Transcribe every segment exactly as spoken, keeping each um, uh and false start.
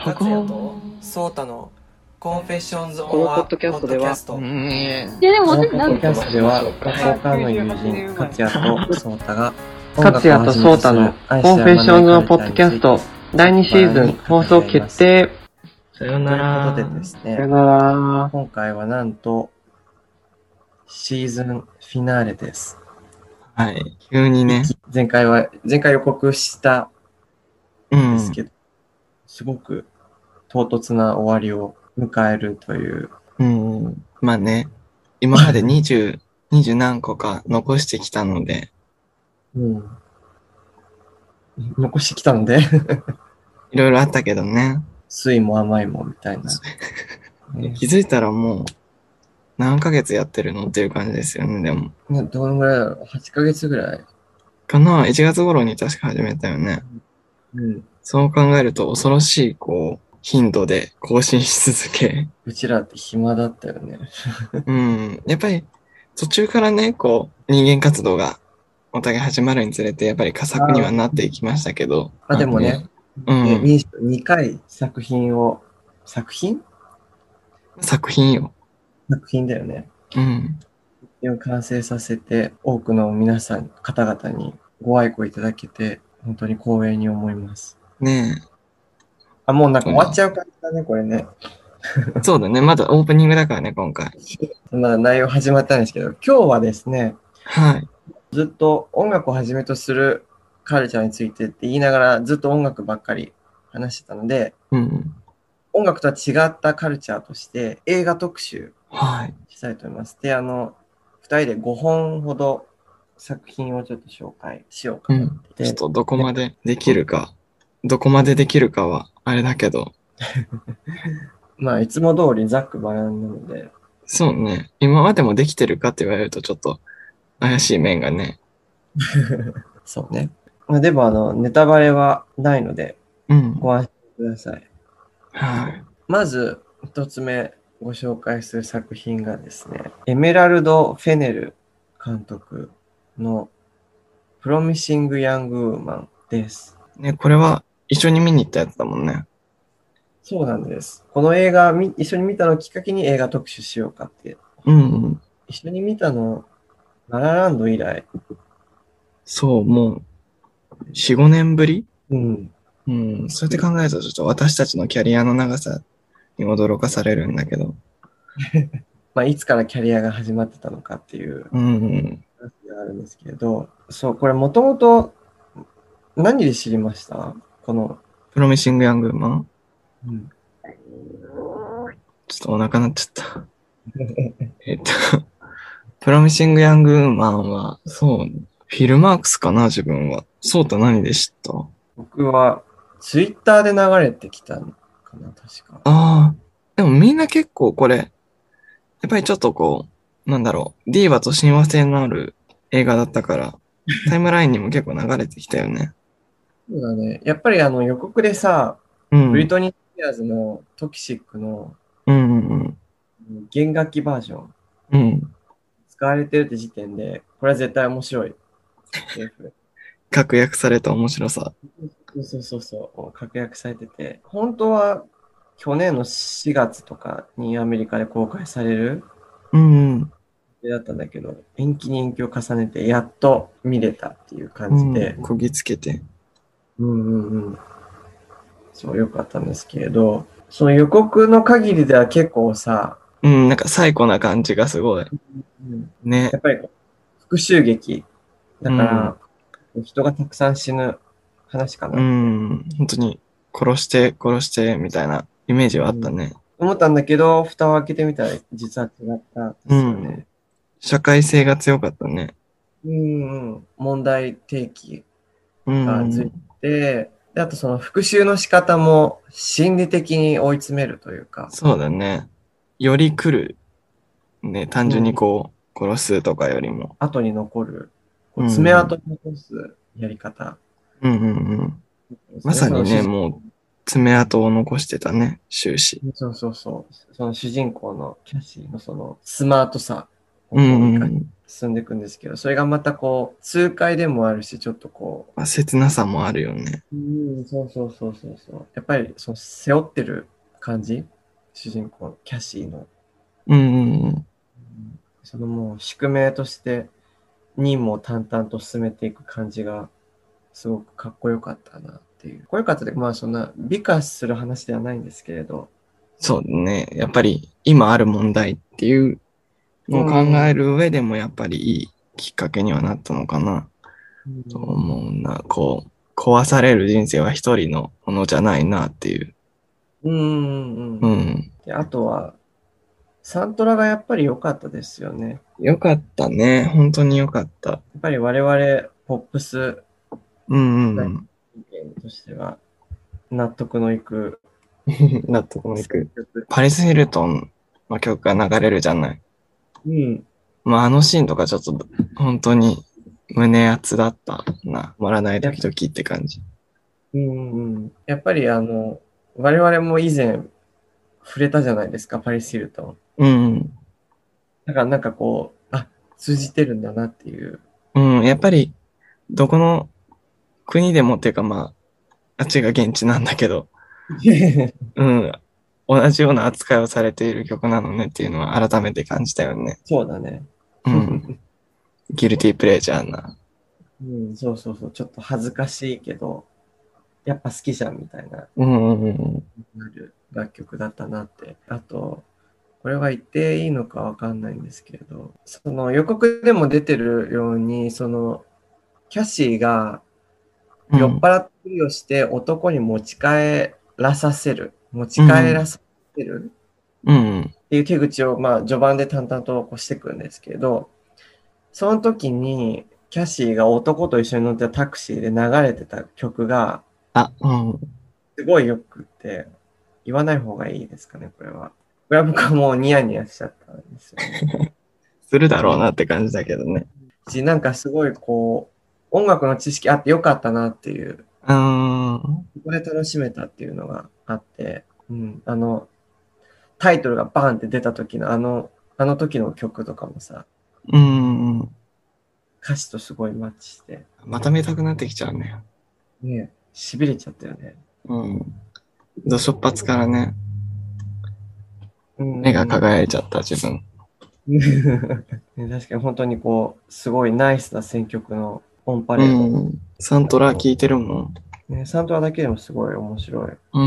達也とソータのコンフェッションズ・オン・このポッドキャストでは、いやでもこの私ポッドキャストでは学校からの友人勝也とソータが勝也とソータのコンフェッションズのポッドキャストだいにシーズン放送決定。 さよなら。ということでですね、 さよなら。 今回はなんとシーズンフィナーレです。 はい、急にね。 前回は前回予告したんですけど、うん、すごく唐突な終わりを迎えるという。 うん、まあね、今までにじゅう、にじゅう何個か残してきたので。 うん。残してきたのでいろいろあったけどね。 酸いも甘いもみたいな。 気づいたらもう何ヶ月やってるのっていう感じですよね、でも。 どのぐらいだろう ?はち ヶ月ぐらいかな ?いち 月頃に確か始めたよね。 うん。 そう考えると恐ろしい、こう、頻度で更新し続け。 うちらって暇だったよね。 うん。やっぱり途中からね、こう、人間活動がお互い始まるにつれて、やっぱり佳作にはなっていきましたけど。 あ、でもね、 うん、 に, にかい作品を、作品作品よ。 作品だよね。 うん。 完成させて、多くの皆さん、方々にご愛顧いただけて、本当に光栄に思います。 ねえ。 あ、もうなんか終わっちゃう感じだね、これね。 そうだね。まだオープニングだからね、今回。 まだ内容始まったんですけど、今日はですね、 はい。 ずっと音楽をはじめとするカルチャーについてって言いながら、ずっと音楽ばっかり話してたので、 うん、 音楽とは違ったカルチャーとして映画特集したいと思います。はい、で、あの、ふたりでごほんほど作品をちょっと紹介しようかなって、 うん。ちょっとどこまでできるか、どこまでできるかはあれだけど。 まあ、いつも通りざっくばらんなので。 そうね。今までもできてるかって言われるとちょっと怪しい面がね。 そうね。まあ、でも、あの、ネタバレはないので、 うん、 ご安心ください。 はい。 まず、一つ目ご紹介する作品がですね、エメラルド・フェネル監督のプロミシング・ヤング・ウーマンです。 ね、これは一緒に見に行ったやつだもんね。 そうなんです。この映画、一緒に見たのをきっかけに映画特集しようかって。 うん、うん。 一緒に見たの、ララランド以来。 そう、もう、よん、ごねんぶりうん。 うん、そうやって考えるとちょっと私たちのキャリアの長さに驚かされるんだけど。 まあ、いつからキャリアが始まってたのかっていう話があるんですけれど、そう、これもともと何で知りました？この。 プロミシング・ヤング・ウーマン、 うん、 ちょっとお腹鳴っちゃった。えっと、プロミシング・ヤング・ウーマンは、そう、フィルマークスかな、自分は。そうと何で知った？ 僕は、ツイッターで流れてきたのかな、確か。 ああ、でもみんな結構これ、やっぱりちょっとこう、なんだろう、ディーバと親和性のある映画だったから、タイムラインにも結構流れてきたよね。 そうだね。やっぱりあの予告でさ、 うん、 ブリトニー・スピアーズのトキシックのうんうん弦楽器バージョン、 うん、 使われてるって時点で、これは絶対面白い。 確約された面白さ。 そうそうそう、確約されてて、本当は去年のしがつとかにアメリカで公開されるうんうん。 だったんだけど、延期に延期を重ねて、やっと見れたっていう感じで。 うん、こぎつけて。 うんうんうん。そう、よかったんですけれど、その予告の限りでは結構さ、 うん、なんか最高な感じがすごい。 うん、 ね。 やっぱり復讐劇。だから、うん、人がたくさん死ぬ話かな。 うん、本当に殺して、殺して、みたいなイメージはあったね。 うん、思ったんだけど、蓋を開けてみたら実は違ったんですよね。うん、 社会性が強かったね。 うんうん。問題提起がついて、で、あとその復讐の仕方も心理的に追い詰めるというか。 そうだね。より来る。ね、単純にこう、うん、殺すとかよりも。 後に残る。こう爪痕に残すやり方。 うんうんうん。まさにね、もう爪痕を残してたね、終始。 そうそうそう。その主人公のキャシーのそのスマートさを、うんうん、 進んでいくんですけど、それがまたこう、痛快でもあるし、ちょっとこまあ、切なさもあるよね。 う、うん、そうそうそうそうそう。やっぱり、その背負ってる感じ、主人公のキャシーの、 うんうんうん。 そのもう宿命として任務を淡々と進めていく感じが、すごくかっこよかったなっていう。かっこよかったで、まあそんな美化する話ではないんですけれど、 そうね。やっぱり今ある問題っていうのを考える上でもやっぱりいいきっかけにはなったのかなと思うな。こう、壊される人生は一人のものじゃないなっていう。 うんうんううん。 ん。 で、あとは、サントラがやっぱり良かったですよね。 よかったね。本当によかった。 やっぱり我々、ポップスうんうんうん。 人間としては、納得のいく納得のいく。 曲。 パリス・ヒルトンの曲が流れるじゃない。 うん。 まああのシーンとかちょっと本当に胸熱だったな。止まらないや時々って感じ。 うんうん。やっぱりあの、我々も以前触れたじゃないですか、パリス・ヒルトン。 うんだからなんかこう、あ、通じてるんだなっていう。 うん。うん。やっぱりどこの国でもっていうかまあ、あっちが現地なんだけど、うん。同じような扱いをされている曲なのねっていうのは改めて感じたよね。 そうだね。 うん。ギルティープレジャーな。 うん、そうそうそう。ちょっと恥ずかしいけど、やっぱ好きじゃんみたいな、 うんうんうんなる楽曲だったなって。あと、これは言っていいのかわかんないんですけれど、その予告でも出てるように、その、キャシーがうん。 酔っ払ってふりをして男に持ち帰らさせる。持ち帰らさせるうんうん。 っていう手口を、まあ、序盤で淡々とこうしていくんですけど、その時に、キャシーが男と一緒に乗ってたタクシーで流れてた曲が、 あ、うん。 すごいよくって、言わない方がいいですかね、これは。これは僕はもうニヤニヤしちゃったんですよね。 するだろうなって感じだけどね。 し、なんかすごいこう、音楽の知識あってよかったなっていう、 うーん。 ここで楽しめたっていうのがあって、うん、あの、タイトルがバーンって出た時のあの、あの時の曲とかもさ、 うん。 歌詞とすごいマッチして、 また見たくなってきちゃうね。 ね、痺れちゃったよね。 うん。ど出発からね、 うん目が輝いちゃった自分。 ね、確かに本当にこう、すごいナイスな選曲のオンパうレード。 ん。サントラ聞いてるもん。 ね、サントラだけでもすごい面白い。 うん。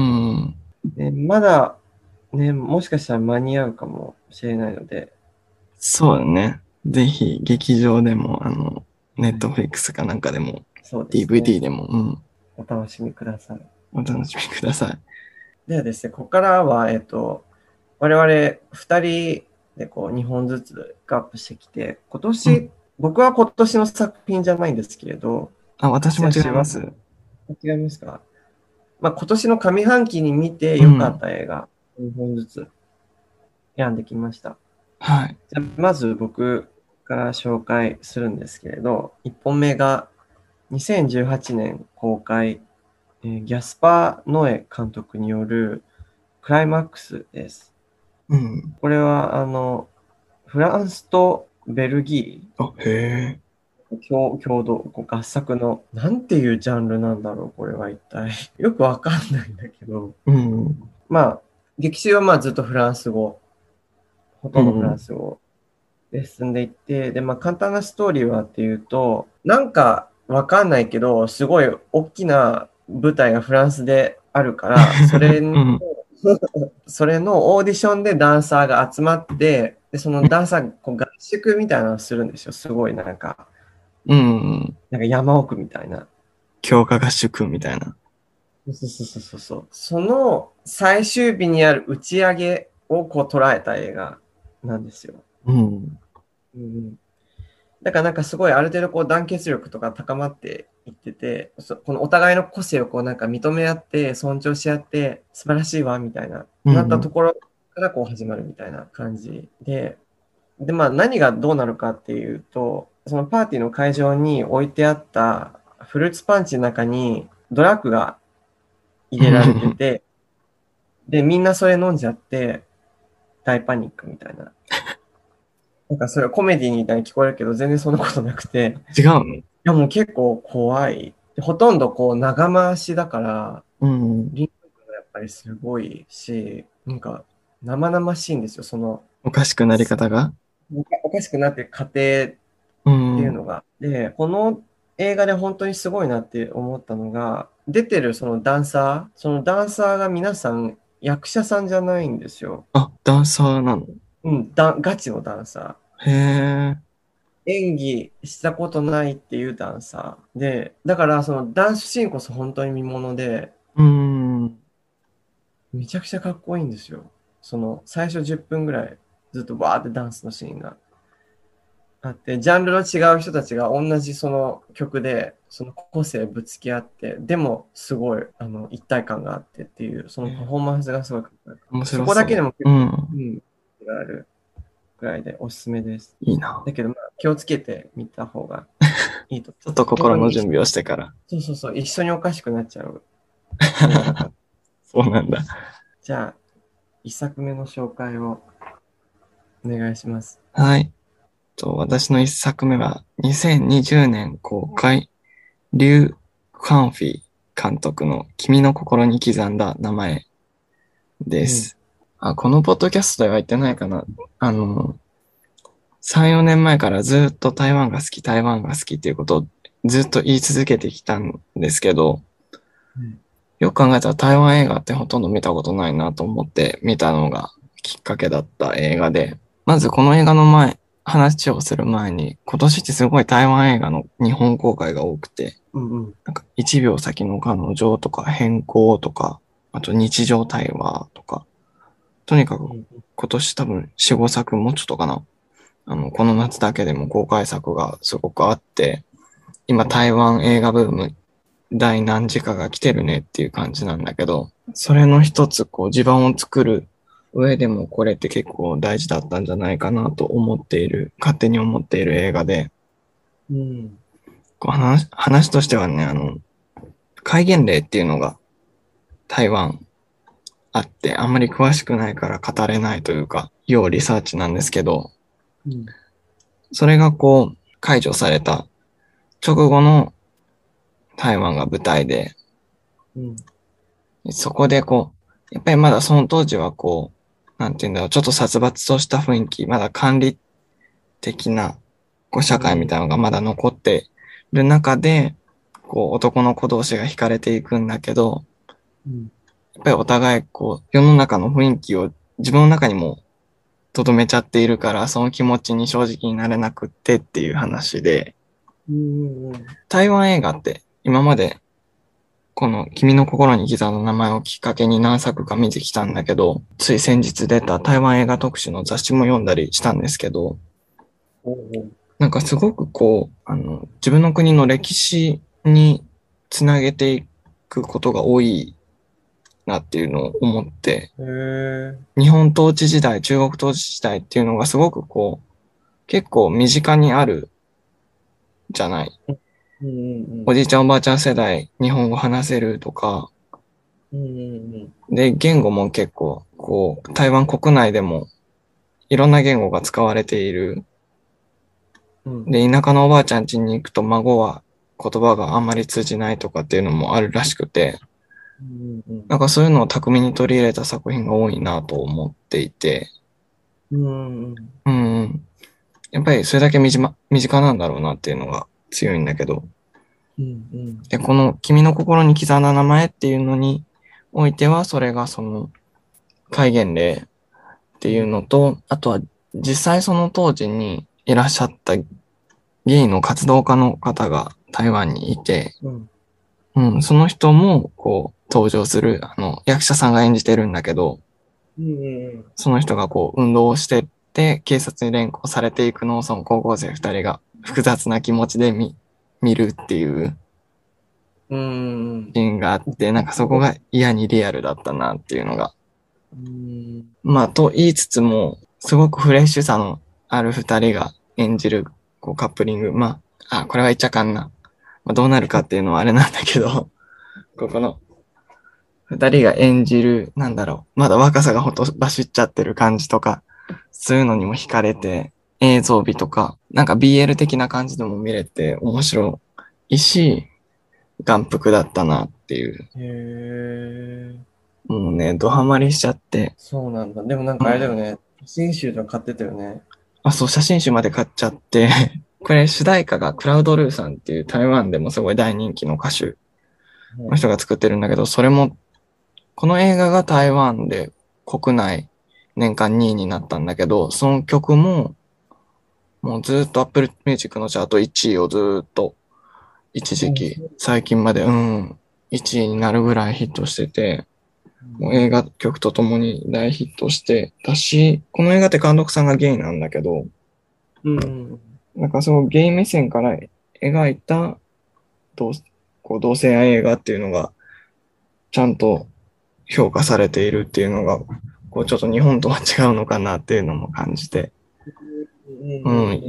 ね、まだ、ね、もしかしたら間に合うかもしれないので、 そうだね。ぜひ、劇場でも、あの、ネットフリックスかなんかでも、 そうですね。 ディーブイディー でも、うん。 お楽しみください。 お楽しみください。 ではですね、ここからは、えっと、我々ふたりでこうにほんずつピックアップしてきて、今年、 うん僕は今年の作品じゃないんですけれど、 あ、私も違います。 違いますか？まあ、今年の上半期に見て良かった映画、にほんずつ選んできました。 はい。 じゃあまず僕から紹介するんですけれど、いっぽんめがにせんじゅうはちねん公開、えーギャスパー・ノエ監督によるクライマックスです。 うん。 これは、あの、フランスとベルギあ、へえ。 ー共共同こう合作の、なんていうジャンルなんだろう、これは一体。よくわかんないんだけど、 うん。 まあ、劇中はまあずっとフランス語、ほとんどフランス語で進んでいって、で、まあ簡単なストーリーはっていうと、なんかわかんないけど、すごい大きな舞台がフランスであるから、それの、 うん。 それのオーディションでダンサーが集まって、で、そのダンサーがこう合宿みたいなのをするんですよ。すごいなんか、 うん。 なんか山奥みたいな。 強化合宿みたいな。 そうそうそうそうそう。その最終日にある打ち上げをこう捉えた映画なんですよ。 うん。 うん、だからなんかすごいある程度こう団結力とか高まっていってて、そこのお互いの個性をこうなんか認め合って尊重し合って素晴らしいわみたいな、 うんなったところからこう始まるみたいな感じで、でまあ何がどうなるかっていうと、そのパーティーの会場に置いてあったフルーツパンチの中にドラッグが入れられてて、でみんなそれ飲んじゃって大パニックみたいな。 なんかそれはコメディみたいに聞こえるけど、全然そんなことなくて、 違うの？ いやもう結構怖い。でほとんどこう長回しだから、 うん。 リンクがやっぱりすごいし、なんか生々しいんですよ、その、 おかしくなり方が。 おかおかしくなってる過程ってうん。 いうのが。で、この映画で本当にすごいなって思ったのが、出てるそのダンサー、そのダンサーが皆さん役者さんじゃないんですよ。 あ、ダンサーなの？ うん、ダガチのダンサへえ。 ー。演技したことないっていうダンサー。で、だからそのダンスシーンこそ本当に見もので、 うん。 めちゃくちゃかっこいいんですよ。その最初じゅっぷんぐらいずっとバーってダンスのシーンがあって、ジャンルの違う人たちが同じその曲で、その個性ぶつけ合って、でもすごいあの一体感があってっていう、そのパフォーマンスがすごいかっこよかった。 面白そう。 そこだけでも結構、 うん。 うん、があるぐらいでおすすめです。 いいな。 だけど、まあ、気をつけてみた方がいいと。 ちょっと心の準備をしてから。 そうそうそう、一緒におかしくなっちゃう。 そうなんだ。 じゃあ、一作目の紹介をお願いします。 はい。と私の一作目はにせんにじゅうねん公開、リュウ・ファンフィ監督の君の心に刻んだ名前です。うん、あ、このポッドキャストでは言ってないかな。あの、さん、よねんまえからずっと台湾が好き、台湾が好きっていうことをずっと言い続けてきたんですけど、うん、よく考えたら台湾映画ってほとんど見たことないなと思って見たのがきっかけだった映画で、まずこの映画の前、話をする前に、今年ってすごい台湾映画の日本公開が多くて、うんうん、なんかいちびょう先の彼女とか変更とか、あと日常対話とか、とにかく今年多分よん、ごさくもうちょっとかな。あの、この夏だけでも公開作がすごくあって、今台湾映画ブーム第何次かが来てるねっていう感じなんだけど、それの一つこう地盤を作る上でもこれって結構大事だったんじゃないかなと思っている、勝手に思っている映画で、うん、こう 話, 話としてはね、あの、戒厳令っていうのが台湾あって、あんまり詳しくないから語れないというか、要リサーチなんですけど、うん、それがこう解除された直後の台湾が舞台で、うん、そこでこう、やっぱりまだその当時はこう、なんていうんだろう、ちょっと殺伐とした雰囲気、まだ管理的なこう社会みたいなのがまだ残ってる中で、こう男の子同士が惹かれていくんだけど、うん、やっぱりお互いこう世の中の雰囲気を自分の中にも留めちゃっているから、その気持ちに正直になれなくってっていう話で、うんうん、台湾映画って今までこの君の心に刻んだ名前をきっかけに何作か見てきたんだけど、つい先日出た台湾映画特集の雑誌も読んだりしたんですけど、なんかすごくこう、あの、自分の国の歴史につなげていくことが多いなっていうのを思って、日本統治時代、中国統治時代っていうのがすごくこう、結構身近にあるじゃない。うんうんうん、おじいちゃんおばあちゃん世代日本語話せるとか、うんうんうん、で言語も結構こう台湾国内でもいろんな言語が使われている、うん、で田舎のおばあちゃん家に行くと孫は言葉があんまり通じないとかっていうのもあるらしくて、うんうん、なんかそういうのを巧みに取り入れた作品が多いなと思っていて、うんうんうん、やっぱりそれだけ身近、身近なんだろうなっていうのが強いんだけど、うんうん、でこの君の心に刻んだ名前っていうのにおいては、それがその戒厳令っていうのと、あとは実際その当時にいらっしゃったゲイの活動家の方が台湾にいて、うんうん、その人もこう登場するあの役者さんが演じてるんだけど、うんうんうん、その人がこう運動をしてって警察に連行されていくのをその高校生二人が複雑な気持ちで見見るっていうシーンがあって、なんかそこが嫌にリアルだったなっていうのが。うんまあ、と言いつつも、すごくフレッシュさのある二人が演じるこうカップリング。まあ、あ、これは言っちゃあかんな。まあ、どうなるかっていうのはあれなんだけど、ここの二人が演じる、なんだろう、まだ若さがほとばしっちゃってる感じとか、そういうのにも惹かれて、 映像美とか、なんか ビーエル 的な感じでも見れて面白いし、眼福だったなっていう。 へー。 もうね、ドハマりしちゃって。 そうなんだ。でもなんかあれだよね。写真集とか買ってたよね。 あ、そう、写真集まで買っちゃって、これ主題歌がクラウドルーさんっていう台湾でもすごい大人気の歌手の人が作ってるんだけど、それも、この映画が台湾で国内年間にいになったんだけど、その曲も、もうずっと Apple Music のチャートいちいをずっと一時期、最近まで、うん、いちいになるぐらいヒットしてて、もう映画曲とともに大ヒットしてたし、この映画って監督さんがゲイなんだけど、 うん。 なんかそのゲイ目線から描いた同こう同性愛映画っていうのがちゃんと評価されているっていうのが、こうちょっと日本とは違うのかなっていうのも感じて、うん、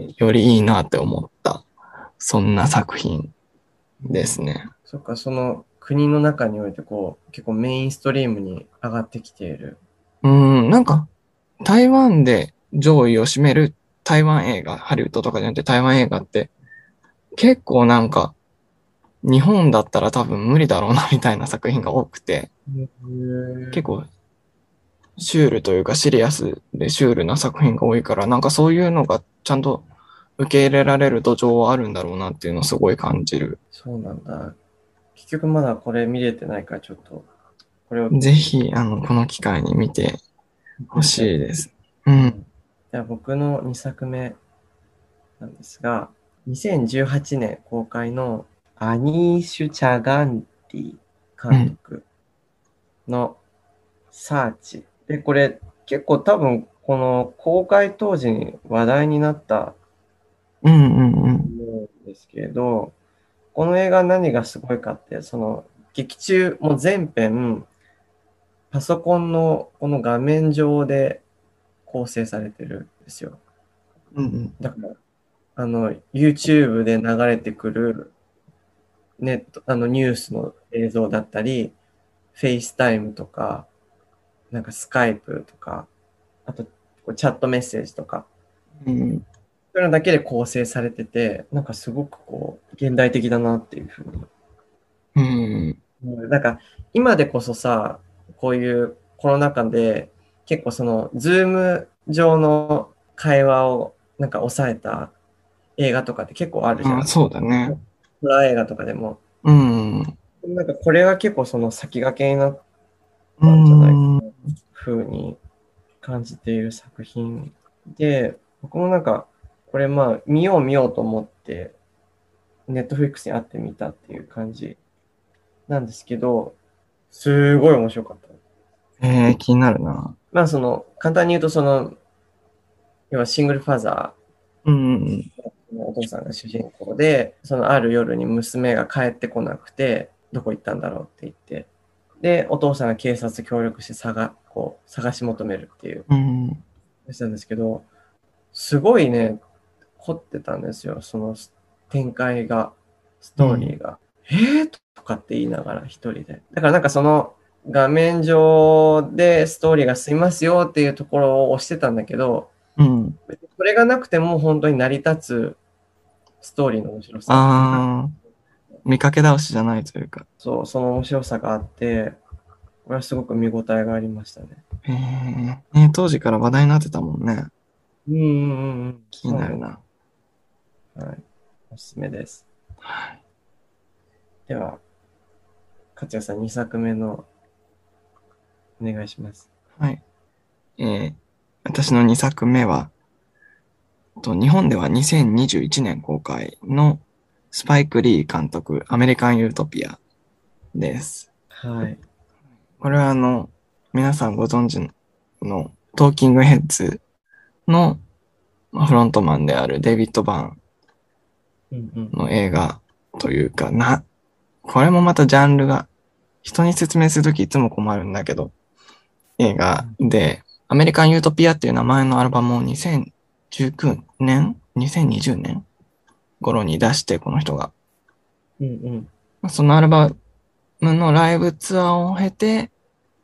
よりいいなって思った、そんな作品ですね。 そっか、その国の中においてこう、結構メインストリームに上がってきている。 うん、なんか台湾で上位を占める台湾映画、ハリウッドとかじゃなくて台湾映画って結構なんか日本だったら多分無理だろうなみたいな作品が多くて、結構シュールというかシリアスでシュールな作品が多いから、なんかそういうのがちゃんと受け入れられる土壌はあるんだろうなっていうのをすごい感じる。 そうなんだ。結局まだこれ見れてないからちょっと、これを。 ぜひ、あの、この機会に見てほしいです。うん。 じゃあ僕のにさくめなんですが、にせんじゅうはちねん公開のアニーシュ・チャガンティ監督のサーチ。で、これ結構多分この公開当時に話題になったうんうんうん。 と思うんですけど、この映画何がすごいかって、その劇中も全編パソコンのこの画面上で構成されてるんですよ。 うんうん。 だから、あの、YouTube で流れてくるネット、あのニュースの映像だったり、FaceTime とか、なんか Skype とか、あとこうチャットメッセージとか、 うんそういうのだけで構成されてて、なんかすごくこう、現代的だなっていうふうに。 うんうんなんか、今でこそさ、こういうコロナ禍で、結構その、ズーム上の会話をなんか抑えた映画とかって結構あるじゃあ、 ん。 そうだね。 ホラー映画とかでも。 うん。 なんかこれが結構その先駆けになっうたんじゃないかん。 な、ふうに感じている作品で、僕もなんか、これまあ、見よう見ようと思って、ネットフリックスに会ってみたっていう感じなんですけど、すごい面白かった。 えー、気になるな。 まあその、簡単に言うとその、要はシングルファザうんうんーのお父さんが主人公で、そのある夜に娘が帰ってこなくて、どこ行ったんだろうって言って、で、お父さんが警察協力して探、こう、探し求めるっていううん。 話なんですけど、すごいね、凝ってたんですよ。その展開が、ストーリーが。えーとかって言いながら一人で。だからなんかその画面上でストーリーが進みますよっていうところを押してたんだけど、 うん。 それがなくても本当に成り立つストーリーの面白さ。 ああ、見かけ倒しじゃないというか。 そう、その面白さがあって、これはすごく見応えがありましたね。 えー、ね、当時から話題になってたもんね。 うんうんうんうん。 気になるな。 はい。おすすめです。では、勝也さんにさくめのお願いします。 はい。えー、私のにさくめは、と日本ではにせんにじゅういちねん公開のスパイク・リー監督、アメリカン・ユートピアです。 はい。 これはあの、皆さんご存知のトーキングヘッズのフロントマンであるデイビッド・バーンの映画というかな、これもまたジャンルが人に説明するときいつも困るんだけど、映画でアメリカン・ユートピアっていう名前のアルバムをにせんじゅうきゅうねん ?にせんにじゅうねん頃に出して、この人が。 うんうん。 そのアルバムのライブツアーを経て、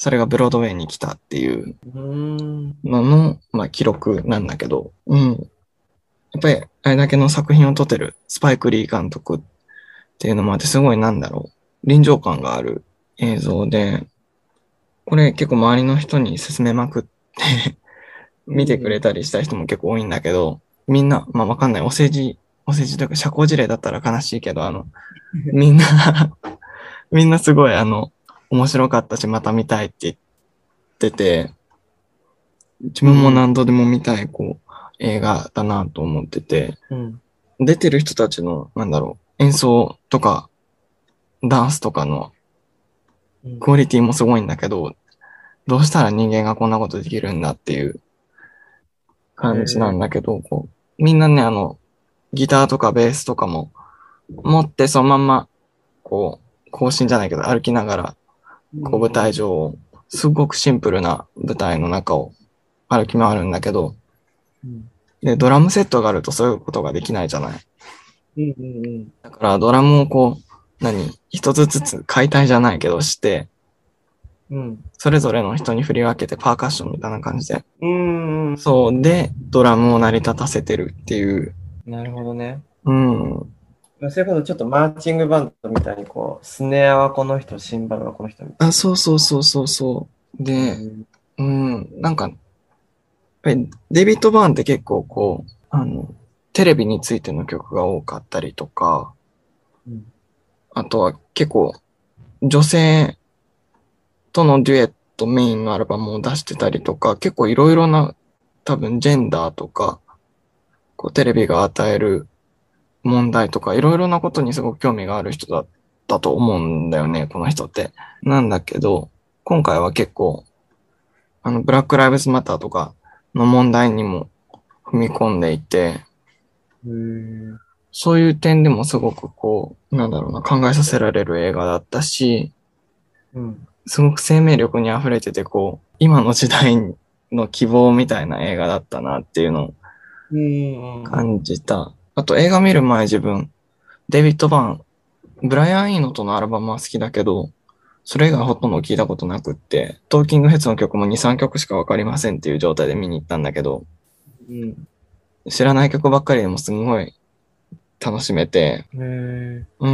それがブロードウェイに来たっていううーん。 のの、まあ、記録なんだけど、うん。やっぱり、あれだけの作品を撮ってるスパイク・リー監督っていうのもあって、すごいなんだろう、臨場感がある映像で、これ結構周りの人に勧めまくって見てくれたりした人も結構多いんだけど、みんな、まあわかんない、お世辞、お世辞というか社交辞令だったら悲しいけど、あの、みんなみんなすごいあの、面白かったし、また見たいって言ってて、自分も何度でも見たい、こう、映画だなと思ってて、 うん。 出てる人たちの、なんだろう、演奏とか、ダンスとかのうんクオリティもすごいんだけど、どうしたら人間がこんなことできるんだっていう感じなんだけど、こう、みんなね、あの、ギターとかベースとかも持ってそのまんま、こう、行進じゃないけど歩きながら、こう舞台上を、すごくシンプルな舞台の中を歩き回るんだけど、 うんで、ドラムセットがあるとそういうことができないじゃない。 うんうんうん。 だからドラムをこう、何一つずつ解体じゃないけどして、 うん。 それぞれの人に振り分けてパーカッションみたいな感じで。 うんうん。 そう。で、ドラムを成り立たせてるっていう。 なるほどね。 うん。 それこそちょっとマーチングバンドみたいにこう、スネアはこの人、シンバルはこの人みたいあ、そうそうそうそうそう。で、 な。 うん、なんか、やっぱりデビッド・バーンって結構こう、あの、テレビについての曲が多かったりとか、 うんあとは結構、女性とのデュエットメインのアルバムを出してたりとか、結構いろいろな、多分ジェンダーとか、こうテレビが与える問題とか、いろいろなことにすごく興味がある人だったと思うんだよね、この人って。なんだけど、今回は結構、あの、ブラック・ライブズ・マターとかの問題にも踏み込んでいて、 へーそういう点でもすごくこう、なんだろうな、考えさせられる映画だったし、 うん。 すごく生命力に溢れてて、こう、今の時代の希望みたいな映画だったなっていうのをうん。 感じた。あと映画見る前自分、デビッド・バーン、ブライアン・イーノとのアルバムは好きだけど、それ以外ほとんど聞いたことなくって、トーキングヘッズの曲もに、さんきょくしかわかりませんっていう状態で見に行ったんだけど、 うん。 知らない曲ばっかりでもすごい楽しめて、 へーうん。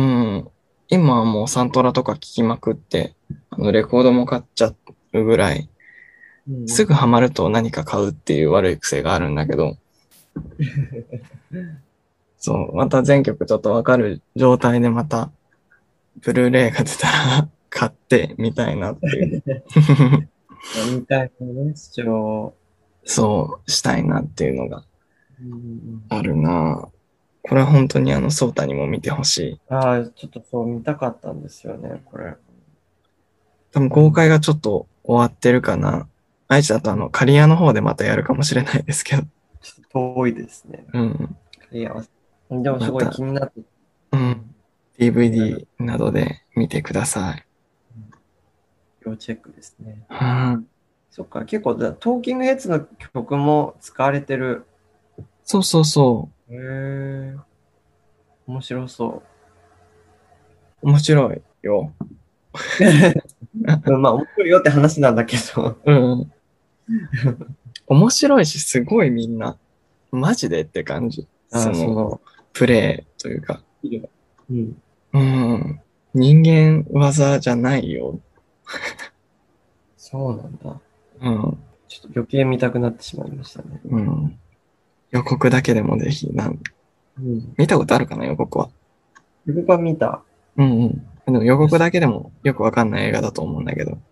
今はもうサントラとか聞きまくって、あのレコードも買っちゃうぐらい、 うんすぐハマると何か買うっていう悪い癖があるんだけど、そう、また全曲ちょっとわかる状態でまた、ブルーレイが出たら買ってみたいなっていう。 見たいね、主張。 そう、したいなっていうのがうんあるな。これは本当にあの、ソータにも見てほしい。 ああ、ちょっとそう見たかったんですよね、これ。 多分公開がちょっと終わってるかな。愛知だとあの、刈谷の方でまたやるかもしれないですけど。 ちょっと遠いですね。 うん。 いや、でもすごい気になって、 うん。ディーブイディー などで見てください。 要チェックですね。 はい。 そっか、結構、だトーキングヘッズの曲も使われてる。 そうそうそへえ。面白そう面白いよ。 う。まあ、面白いよって話なんだけど。 うん。面白いし、すごいみんな、マジでって感じ。 ああ、 その、 その、 プレイというか。 うん。 うん。人間技じゃないよ。 そうなんだ。 うん。 ちょっと余計見たくなってしまいましたね。 うん。予告だけでもぜひ、なんうん。 見たことあるかな、予告は。 僕は見た。 うんうん。でも予告だけでもよくわかんない映画だと思うんだけど。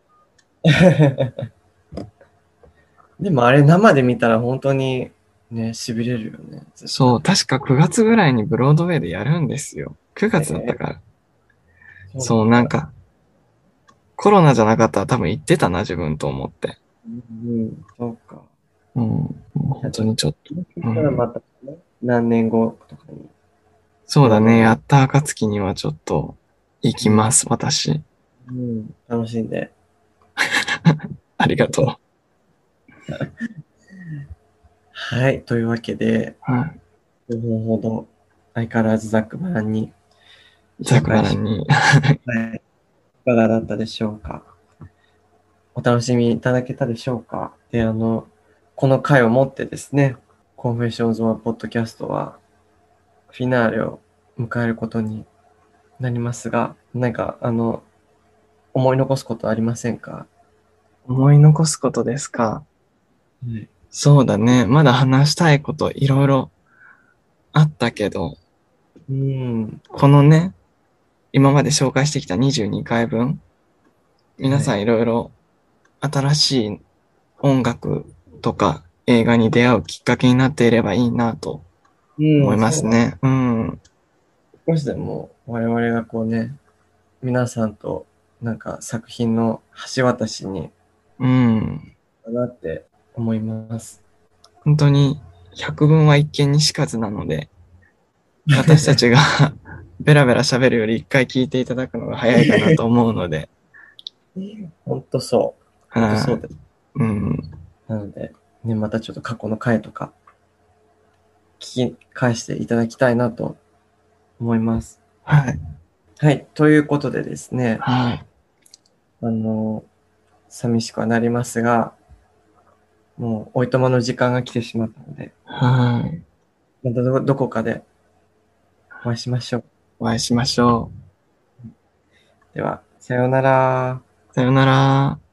でもあれ生で見たら本当にね、痺れるよね。 そう、確かくがつぐらいにブロードウェイでやるんですよ。くがつだったから。 うそう、なんか、コロナじゃなかったら多分行ってたな、自分と思って。 うん、うん、そうか。 うん。もう本当にちょっと。 そしたらまた、ね、何年後とかに。 そうだね、やった暁にはちょっと行きます、私。 うん、楽しんで。 ありがとう。 はい、というわけで、 はい。 ごふんほど相変わらずざっくばらんにザクバランに。 はい。いかがだったでしょうか。 お楽しみいただけたでしょうか。で、あの、この回をもってですね、コンフェッションズ・オン・ポッドキャストは、フィナーレを迎えることになりますが、なんか、あの、思い残すことありませんか？ 思い残すことですか。 はい。 そうだね。まだ話したいこといろいろあったけど、 うん。 このね、今まで紹介してきたにじゅうにかいぶん、皆さんいろいろ新しい音楽とか映画に出会うきっかけになっていればいいなと思いますね。うん。 少しでも我々がこうね、皆さんとなんか作品の橋渡しにうん。 なって思います。 本当に百聞は一見にしかずなので、私たちがベラベラ喋るより一回聞いていただくのが早いかなと思うので。 本当そう。本当そうです。 うん。 なので、ね、またちょっと過去の回とか聞き返していただきたいなと思います。 はい。 はい。ということでですね、 はい。 あの、寂しくはなりますが、もうおいとまの時間が来てしまったので、 はい。 またどどこかでお会いしましょう。 お会いしましょでは、さようなら。 う。さよなら。